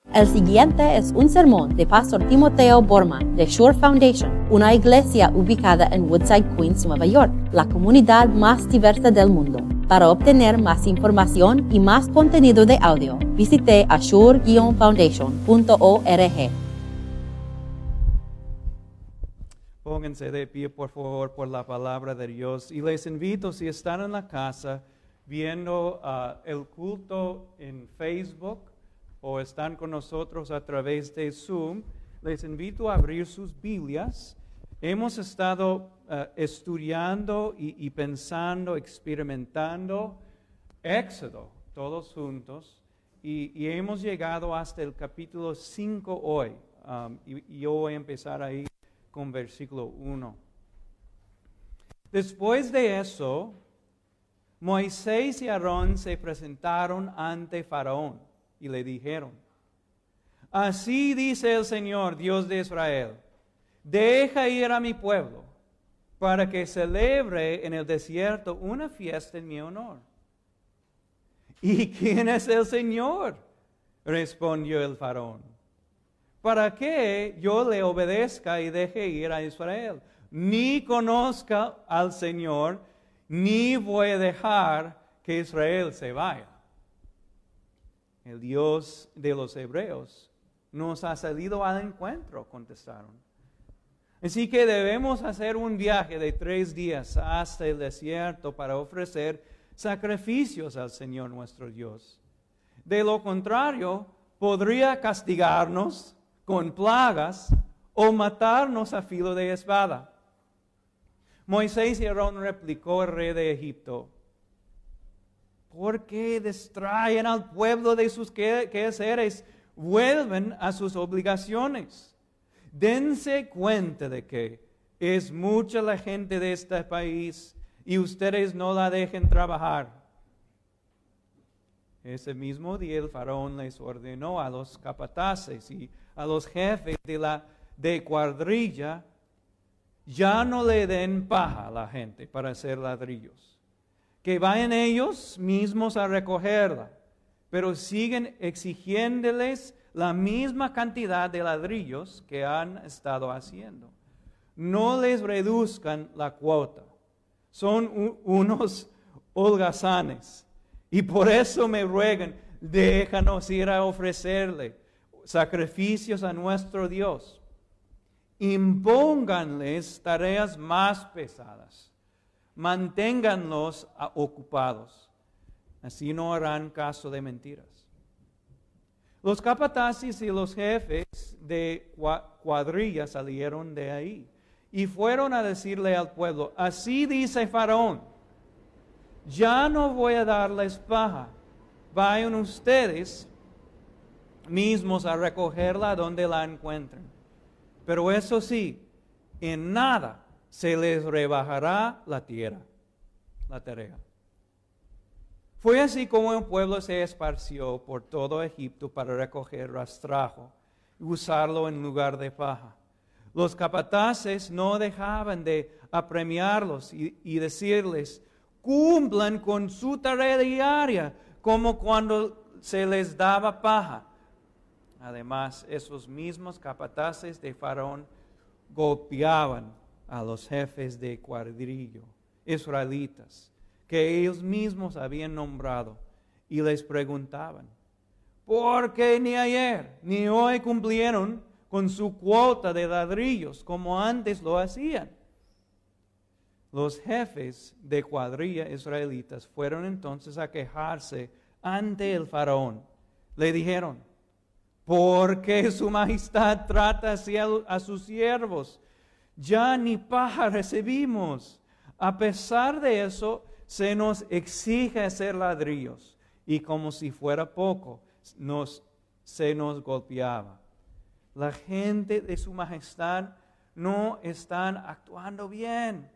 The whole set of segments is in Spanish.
El siguiente es un sermón de Pastor Timoteo Borman de Shore Foundation, una iglesia ubicada en Woodside, Queens, Nueva York, la comunidad más diversa del mundo. Para obtener más información y más contenido de audio, visite ashore-foundation.org. Pónganse de pie, por favor, por la palabra de Dios. Y les invito, si están en la casa viendo el culto en Facebook o están con nosotros a través de Zoom, les invito a abrir sus Biblias. Hemos estado estudiando y pensando, experimentando Éxodo, todos juntos, y hemos llegado hasta el capítulo 5 hoy. Y yo voy a empezar ahí con versículo 1. Después de eso, Moisés y Aarón se presentaron ante Faraón y le dijeron: así dice el Señor, Dios de Israel, deja ir a mi pueblo para que celebre en el desierto una fiesta en mi honor. ¿Y quién es el Señor?, respondió el Faraón, para que yo le obedezca y deje ir a Israel. Ni conozca al Señor, ni voy a dejar que Israel se vaya. El Dios de los hebreos nos ha salido al encuentro, contestaron. Así que debemos hacer un viaje de 3 días hasta el desierto para ofrecer sacrificios al Señor nuestro Dios. De lo contrario, podría castigarnos con plagas o matarnos a filo de espada. Moisés y Aarón replicó al rey de Egipto: ¿por qué distraen al pueblo de sus quehaceres? Vuelven a sus obligaciones. Dense cuenta de que es mucha la gente de este país y ustedes no la dejen trabajar. Ese mismo día el faraón les ordenó a los capataces y a los jefes de cuadrilla: ya no le den paja a la gente para hacer ladrillos, que vayan ellos mismos a recogerla, pero siguen exigiéndoles la misma cantidad de ladrillos que han estado haciendo. No les reduzcan la cuota. Son unos holgazanes. Y por eso me ruegan: déjanos ir a ofrecerle sacrificios a nuestro Dios. Impónganles tareas más pesadas. Manténganlos ocupados. Así no harán caso de mentiras. Los capataces y los jefes de cuadrilla salieron de ahí y fueron a decirle al pueblo: así dice Faraón, ya no voy a darles paja. Vayan ustedes mismos a recogerla donde la encuentren. Pero eso sí, en nada se les rebajará la tarea. Fue así como el pueblo se esparció por todo Egipto para recoger rastrajo y usarlo en lugar de paja. Los capataces no dejaban de apremiarlos y decirles: cumplan con su tarea diaria, como cuando se les daba paja. Además, esos mismos capataces de Faraón golpeaban a los jefes de cuadrilla israelitas que ellos mismos habían nombrado y les preguntaban: ¿por qué ni ayer ni hoy cumplieron con su cuota de ladrillos como antes lo hacían? Los jefes de cuadrilla israelitas fueron entonces a quejarse ante el faraón. Le dijeron: ¿por qué su majestad trata así a sus siervos? Ya ni paja recibimos. A pesar de eso, se nos exige hacer ladrillos, y como si fuera poco, se nos golpeaba. La gente de su majestad no están actuando bien.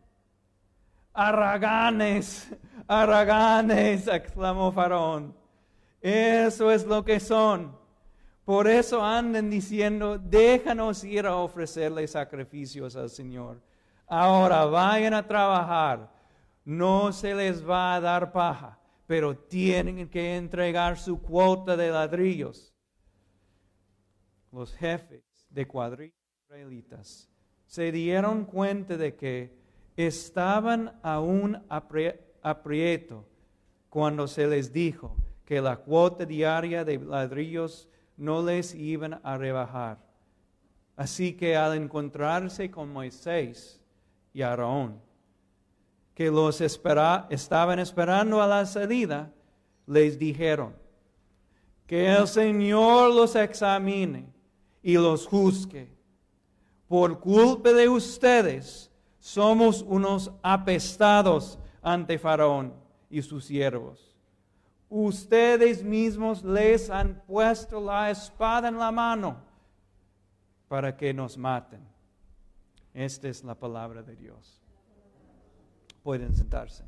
Haraganes, haraganes, exclamó Faraón. Eso es lo que son. Por eso andan diciendo: déjanos ir a ofrecerle sacrificios al Señor. Ahora vayan a trabajar. No se les va a dar paja, pero tienen que entregar su cuota de ladrillos. los jefes de cuadrillas israelitas, se dieron cuenta de que estaban aún aprieto cuando se les dijo que la cuota diaria de ladrillos no les iban a rebajar. Así que al encontrarse con Moisés y Aarón, que los estaban esperando a la salida, les dijeron: que el Señor los examine y los juzgue. Por culpa de ustedes, somos unos apestados ante Faraón y sus siervos. Ustedes mismos les han puesto la espada en la mano para que nos maten. Esta es la palabra de Dios. Pueden sentarse.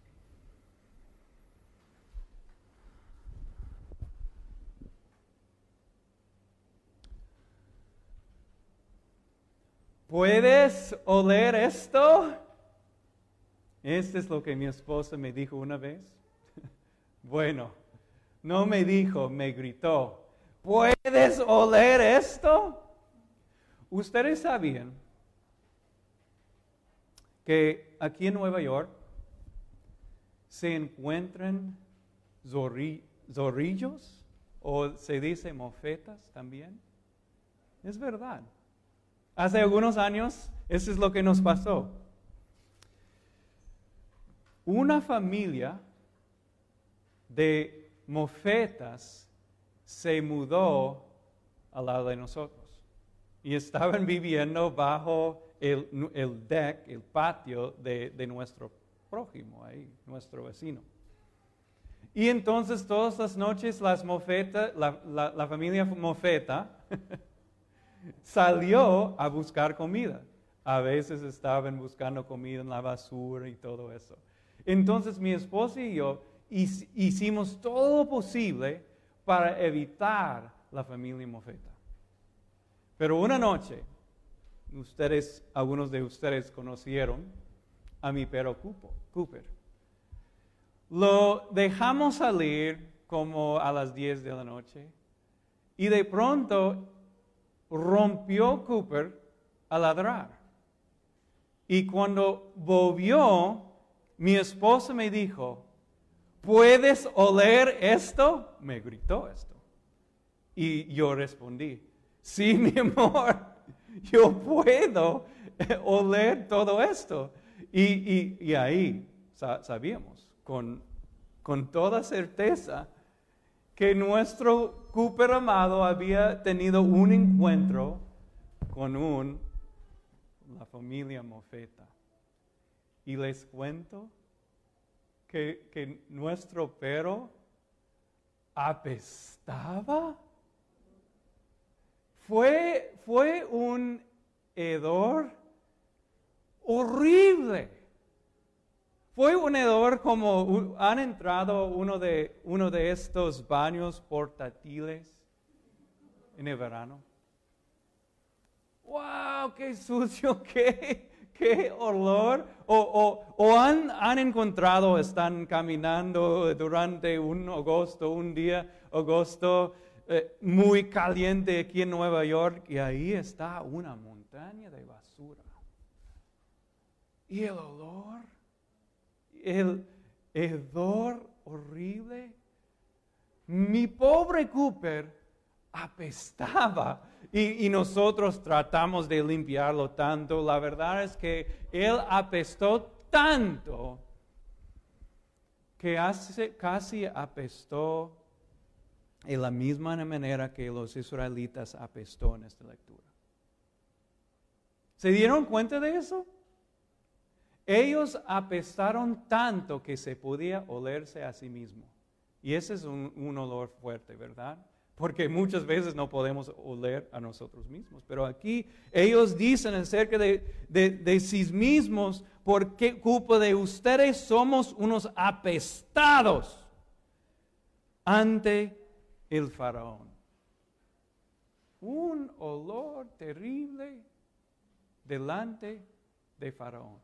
¿Puedes oler esto? Esto es lo que mi esposa me dijo una vez. Bueno, no me dijo, me gritó: ¿puedes oler esto? ¿Ustedes sabían que aquí en Nueva York se encuentran zorrillos, o se dice mofetas también? Es verdad. Hace algunos años, eso es lo que nos pasó. Una familia de mofetas se mudó al lado de nosotros y estaban viviendo bajo el deck, el patio de nuestro prójimo, ahí, nuestro vecino. Y entonces todas las noches las mofetas, la familia mofeta salió a buscar comida. A veces estaban buscando comida en la basura y todo eso. Entonces mi esposa y yo hicimos todo lo posible para evitar la familia mofeta. Pero una noche, algunos de ustedes conocieron a mi perro Cooper. Lo dejamos salir como a las 10 de la noche y de pronto rompió Cooper a ladrar. Y cuando volvió, mi esposa me dijo: ¿puedes oler esto? Me gritó esto. Y yo respondí: sí, mi amor, yo puedo oler todo esto. Y ahí sabíamos con toda certeza que nuestro Cooper amado había tenido un encuentro con la familia mofeta. Y les cuento que nuestro perro apestaba. Fue un hedor horrible. Fue un hedor como han entrado uno de estos baños portátiles en el verano. ¡Wow! ¡Qué sucio! ¡Qué olor! O han encontrado, están caminando durante un día agosto muy caliente aquí en Nueva York, y ahí está una montaña de basura. Y el olor, el hedor horrible. Mi pobre Cooper apestaba y nosotros tratamos de limpiarlo tanto. La verdad es que él apestó tanto que casi apestó de la misma manera que los israelitas apestó en esta lectura. ¿Se dieron cuenta de eso? Ellos apestaron tanto que se podía olerse a sí mismo. Y ese es un olor fuerte, ¿verdad? Porque muchas veces no podemos oler a nosotros mismos. Pero aquí ellos dicen acerca de sí mismos: por qué culpa de ustedes somos unos apestados ante el Faraón. Un olor terrible delante de Faraón.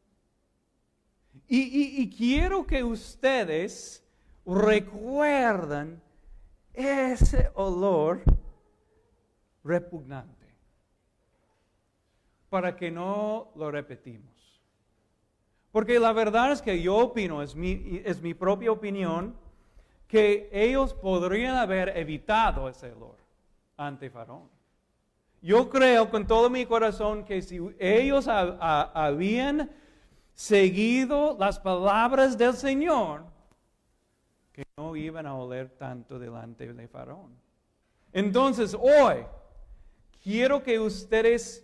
Y quiero que ustedes recuerden ese olor repugnante, para que no lo repetimos. Porque la verdad es que yo opino, es mi propia opinión, que ellos podrían haber evitado ese error ante Faraón. Yo creo con todo mi corazón que si ellos habían seguido las palabras del Señor, que no iban a oler tanto delante de Faraón. Entonces hoy, quiero que ustedes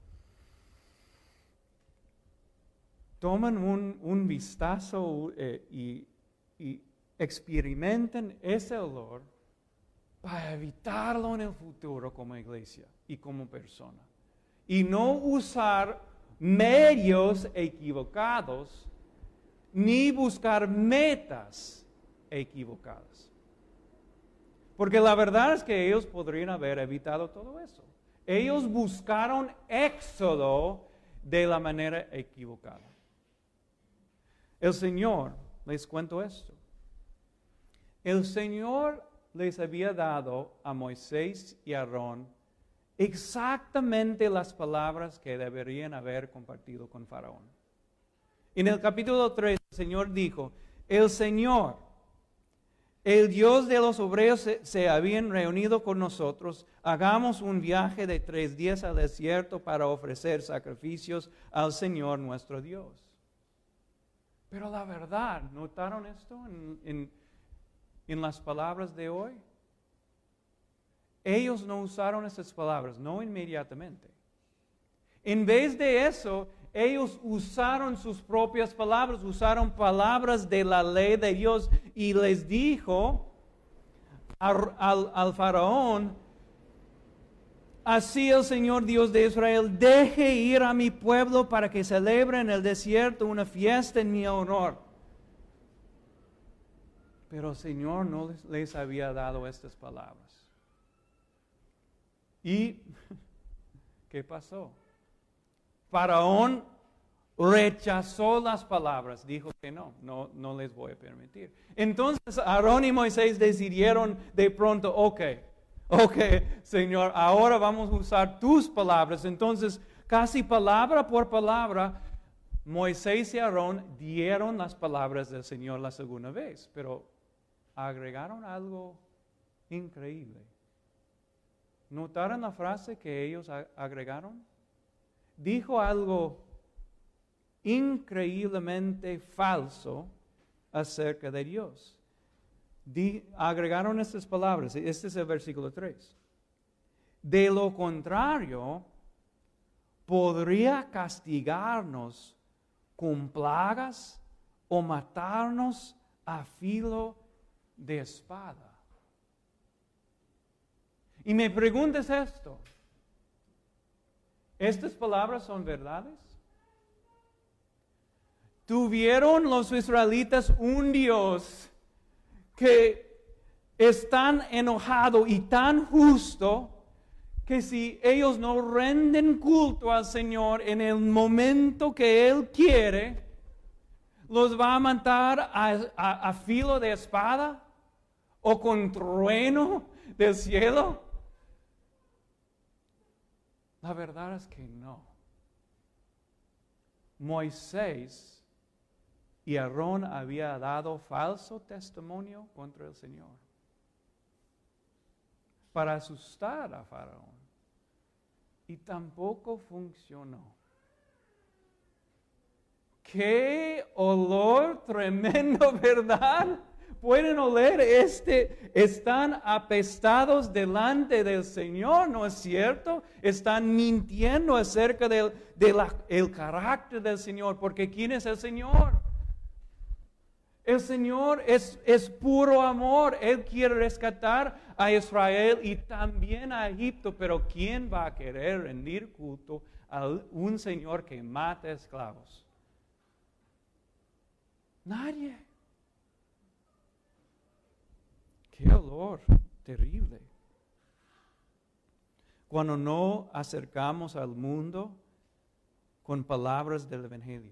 tomen un vistazo y experimenten ese olor para evitarlo en el futuro como iglesia y como persona. Y no usar medios equivocados ni buscar metas equivocadas. Porque la verdad es que ellos podrían haber evitado todo eso. Ellos buscaron éxodo de la manera equivocada. El Señor, les cuento esto. El Señor les había dado a Moisés y a Aarón exactamente las palabras que deberían haber compartido con Faraón. En el capítulo 3, el Señor dijo, el Señor, el Dios de los hebreos se habían reunido con nosotros, hagamos un viaje de 3 días al desierto para ofrecer sacrificios al Señor nuestro Dios. Pero la verdad, ¿notaron esto en las palabras de hoy? Ellos no usaron esas palabras, no inmediatamente. En vez de eso, ellos usaron sus propias palabras, usaron palabras de la ley de Dios y les dijo al faraón, así el Señor Dios de Israel, deje ir a mi pueblo para que celebre en el desierto una fiesta en mi honor. Pero el Señor no les había dado estas palabras. ¿Y qué pasó? Faraón rechazó las palabras, dijo que no les voy a permitir. Entonces Aarón y Moisés decidieron de pronto, ok, Señor, ahora vamos a usar tus palabras. Entonces, casi palabra por palabra, Moisés y Aarón dieron las palabras del Señor la segunda vez, pero agregaron algo increíble. ¿Notaron la frase que ellos agregaron? Dijo algo increíblemente falso acerca de Dios. Agregaron estas palabras, este es el versículo 3. De lo contrario, podría castigarnos con plagas o matarnos a filo de espada. Y me preguntas esto, ¿estas palabras son verdades? ¿Tuvieron los israelitas un Dios que es tan enojado y tan justo que si ellos no rinden culto al Señor en el momento que Él quiere, los va a matar a filo de espada o con trueno del cielo? La verdad es que no. Moisés y Aarón había dado falso testimonio contra el Señor para asustar a Faraón. Y tampoco funcionó. ¡Qué olor tremendo!, ¿verdad? Pueden oler están apestados delante del Señor, ¿no es cierto? Están mintiendo acerca del carácter del Señor, porque ¿quién es el Señor? El Señor es puro amor. Él quiere rescatar a Israel y también a Egipto, pero ¿quién va a querer rendir culto a un Señor que mata esclavos? Nadie. ¡Qué olor terrible! Cuando no acercamos al mundo con palabras del Evangelio.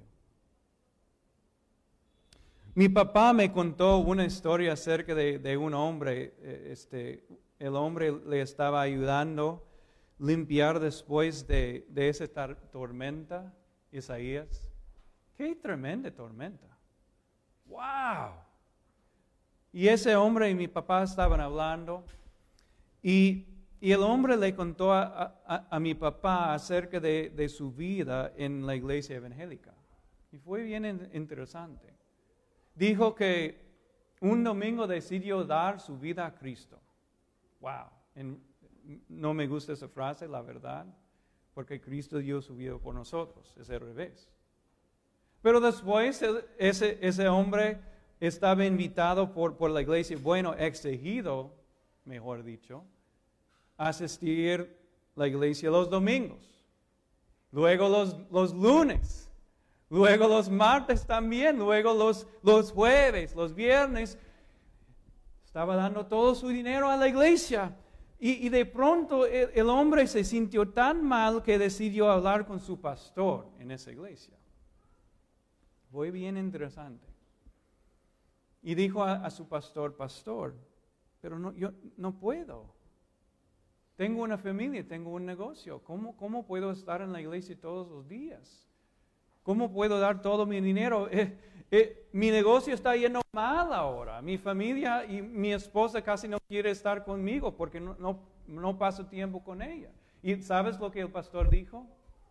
Mi papá me contó una historia acerca de un hombre. El hombre le estaba ayudando limpiar después de esa tormenta, Isaías. ¡Qué tremenda tormenta! ¡Wow! Y ese hombre y mi papá estaban hablando y el hombre le contó a mi papá acerca de su vida en la iglesia evangélica. Y fue bien interesante. Dijo que un domingo decidió dar su vida a Cristo. ¡Wow! No me gusta esa frase, la verdad, porque Cristo dio su vida por nosotros. Es al revés. Pero después ese hombre estaba invitado por la iglesia, exigido, mejor dicho, a asistir a la iglesia los domingos, luego los lunes, luego los martes también, luego los jueves, los viernes. Estaba dando todo su dinero a la iglesia. Y de pronto el hombre se sintió tan mal que decidió hablar con su pastor en esa iglesia. Fue bien interesante. Y dijo a su pastor, pero yo no puedo. Tengo una familia, tengo un negocio. ¿Cómo puedo estar en la iglesia todos los días? ¿Cómo puedo dar todo mi dinero? Mi negocio está yendo mal ahora. Mi familia y mi esposa casi no quiere estar conmigo porque no paso tiempo con ella. ¿Y sabes lo que el pastor dijo?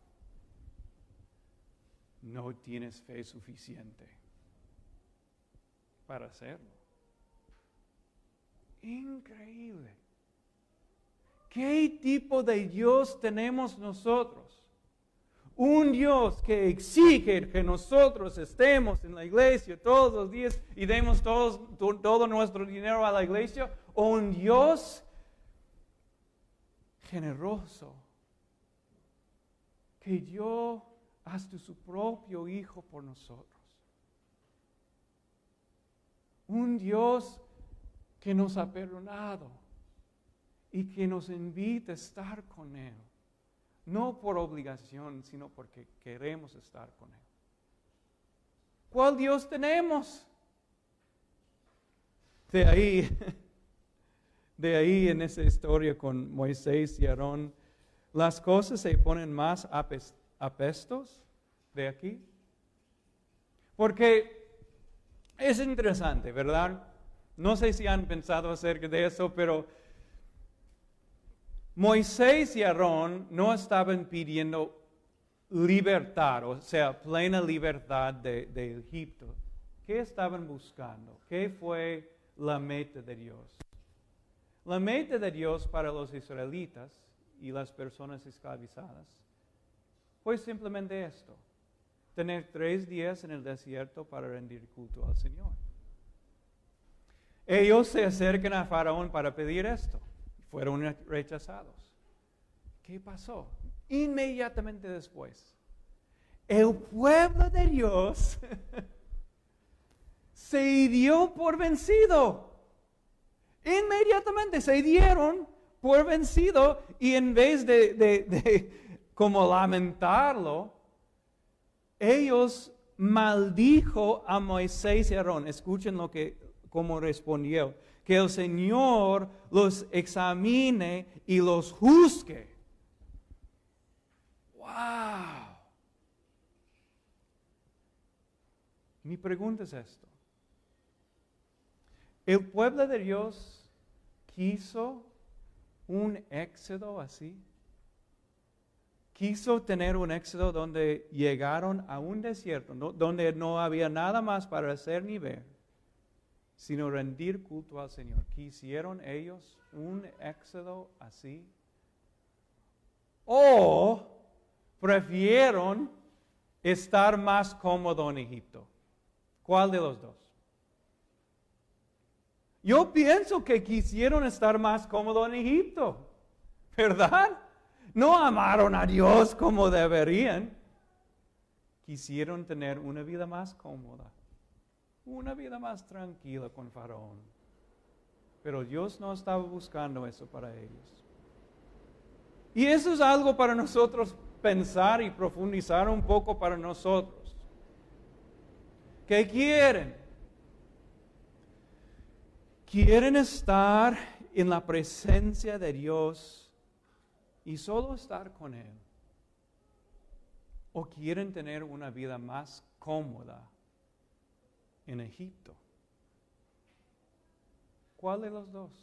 No tienes fe suficiente para hacerlo. Increíble. ¿Qué tipo de Dios tenemos nosotros? Un Dios que exige que nosotros estemos en la iglesia todos los días y demos todo nuestro dinero a la iglesia, o un Dios generoso que dio hasta su propio Hijo por nosotros. Un Dios que nos ha perdonado y que nos invita a estar con Él. No por obligación, sino porque queremos estar con Él. ¿Cuál Dios tenemos? De ahí en esa historia con Moisés y Aarón, las cosas se ponen más apestos de aquí. Porque es interesante, ¿verdad? No sé si han pensado acerca de eso, pero Moisés y Aarón no estaban pidiendo libertad, o sea, plena libertad de Egipto. ¿Qué estaban buscando? ¿Qué fue la meta de Dios? La meta de Dios para los israelitas y las personas esclavizadas fue simplemente esto: tener 3 días en el desierto para rendir culto al Señor. Ellos se acercan a Faraón para pedir esto. Fueron rechazados. ¿Qué pasó? Inmediatamente después, el pueblo de Dios se dio por vencido. Inmediatamente se dieron por vencido y en vez de como lamentarlo, ellos maldijo a Moisés y Aarón. Escuchen cómo respondió: que el Señor los examine y los juzgue. ¡Wow! Mi pregunta es esto: ¿el pueblo de Dios quiso un éxodo así? ¿Quiso tener un éxodo donde llegaron a un desierto, donde no había nada más para hacer ni ver, sino rendir culto al Señor? ¿Quisieron ellos un éxodo así? ¿O prefirieron estar más cómodo en Egipto? ¿Cuál de los dos? Yo pienso que quisieron estar más cómodo en Egipto, ¿verdad? No amaron a Dios como deberían. Quisieron tener una vida más cómoda, una vida más tranquila con Faraón. Pero Dios no estaba buscando eso para ellos. Y eso es algo para nosotros pensar y profundizar un poco para nosotros. ¿Qué quieren? Quieren estar en la presencia de Dios y solo estar con Él? ¿O quieren tener una vida más cómoda en Egipto? ¿Cuál de los dos?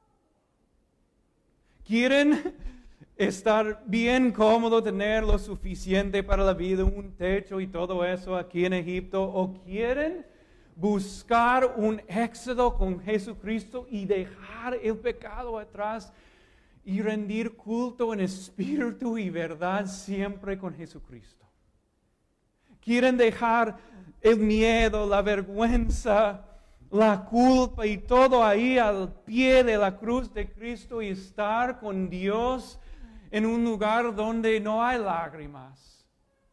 ¿Quieren estar bien cómodo, tener lo suficiente para la vida, un techo y todo eso aquí en Egipto? ¿O quieren buscar un éxodo con Jesucristo y dejar el pecado atrás y rendir culto en espíritu y verdad siempre con Jesucristo? ¿Quieren dejar el miedo, la vergüenza, la culpa y todo ahí al pie de la cruz de Cristo y estar con Dios en un lugar donde no hay lágrimas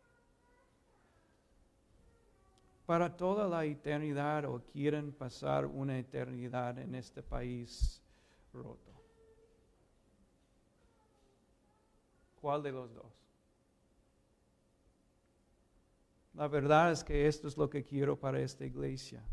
para toda la eternidad, o quieren pasar una eternidad en este país roto? ¿Cuál de los dos? La verdad es que esto es lo que quiero para esta iglesia.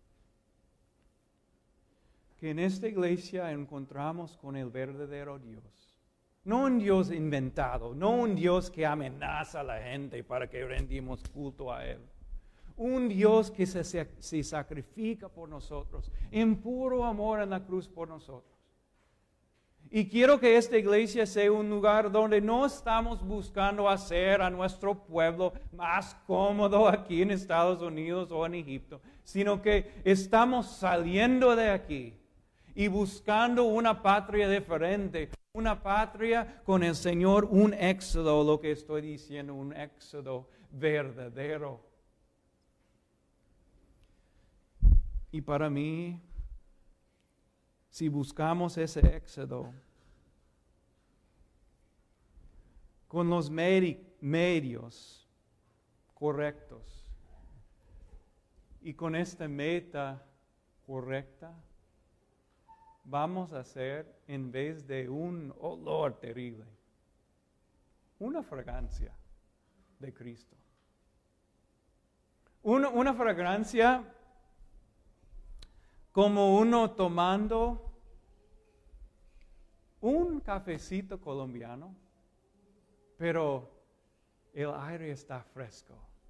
Que en esta iglesia encontramos con el verdadero Dios. No un Dios inventado, no un Dios que amenaza a la gente para que rendimos culto a Él. Un Dios que se sacrifica por nosotros, en puro amor en la cruz por nosotros. Y quiero que esta iglesia sea un lugar donde no estamos buscando hacer a nuestro pueblo más cómodo aquí en Estados Unidos o en Egipto, sino que estamos saliendo de aquí y buscando una patria diferente, una patria con el Señor, un éxodo, lo que estoy diciendo, un éxodo verdadero. Y para mí, si buscamos ese éxodo con los medios correctos y con esta meta correcta, vamos a hacer, en vez de un olor terrible, una fragancia de Cristo. Una fragancia como uno tomando un cafecito colombiano, pero el aire está fresco.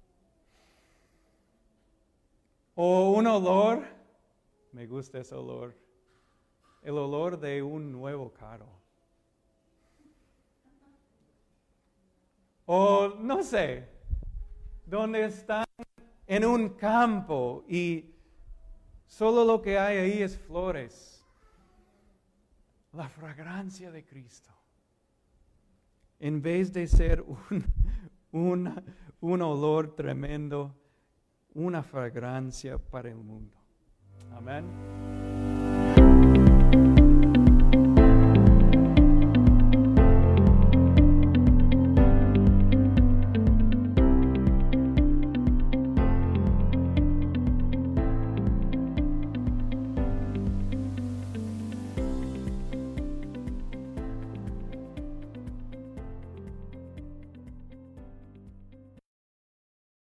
O un olor, me gusta ese olor, el olor de un nuevo carro. O no sé, donde están en un campo y solo lo que hay ahí es flores. La fragancia de Cristo. En vez de ser un olor tremendo, una fragancia para el mundo. Amén.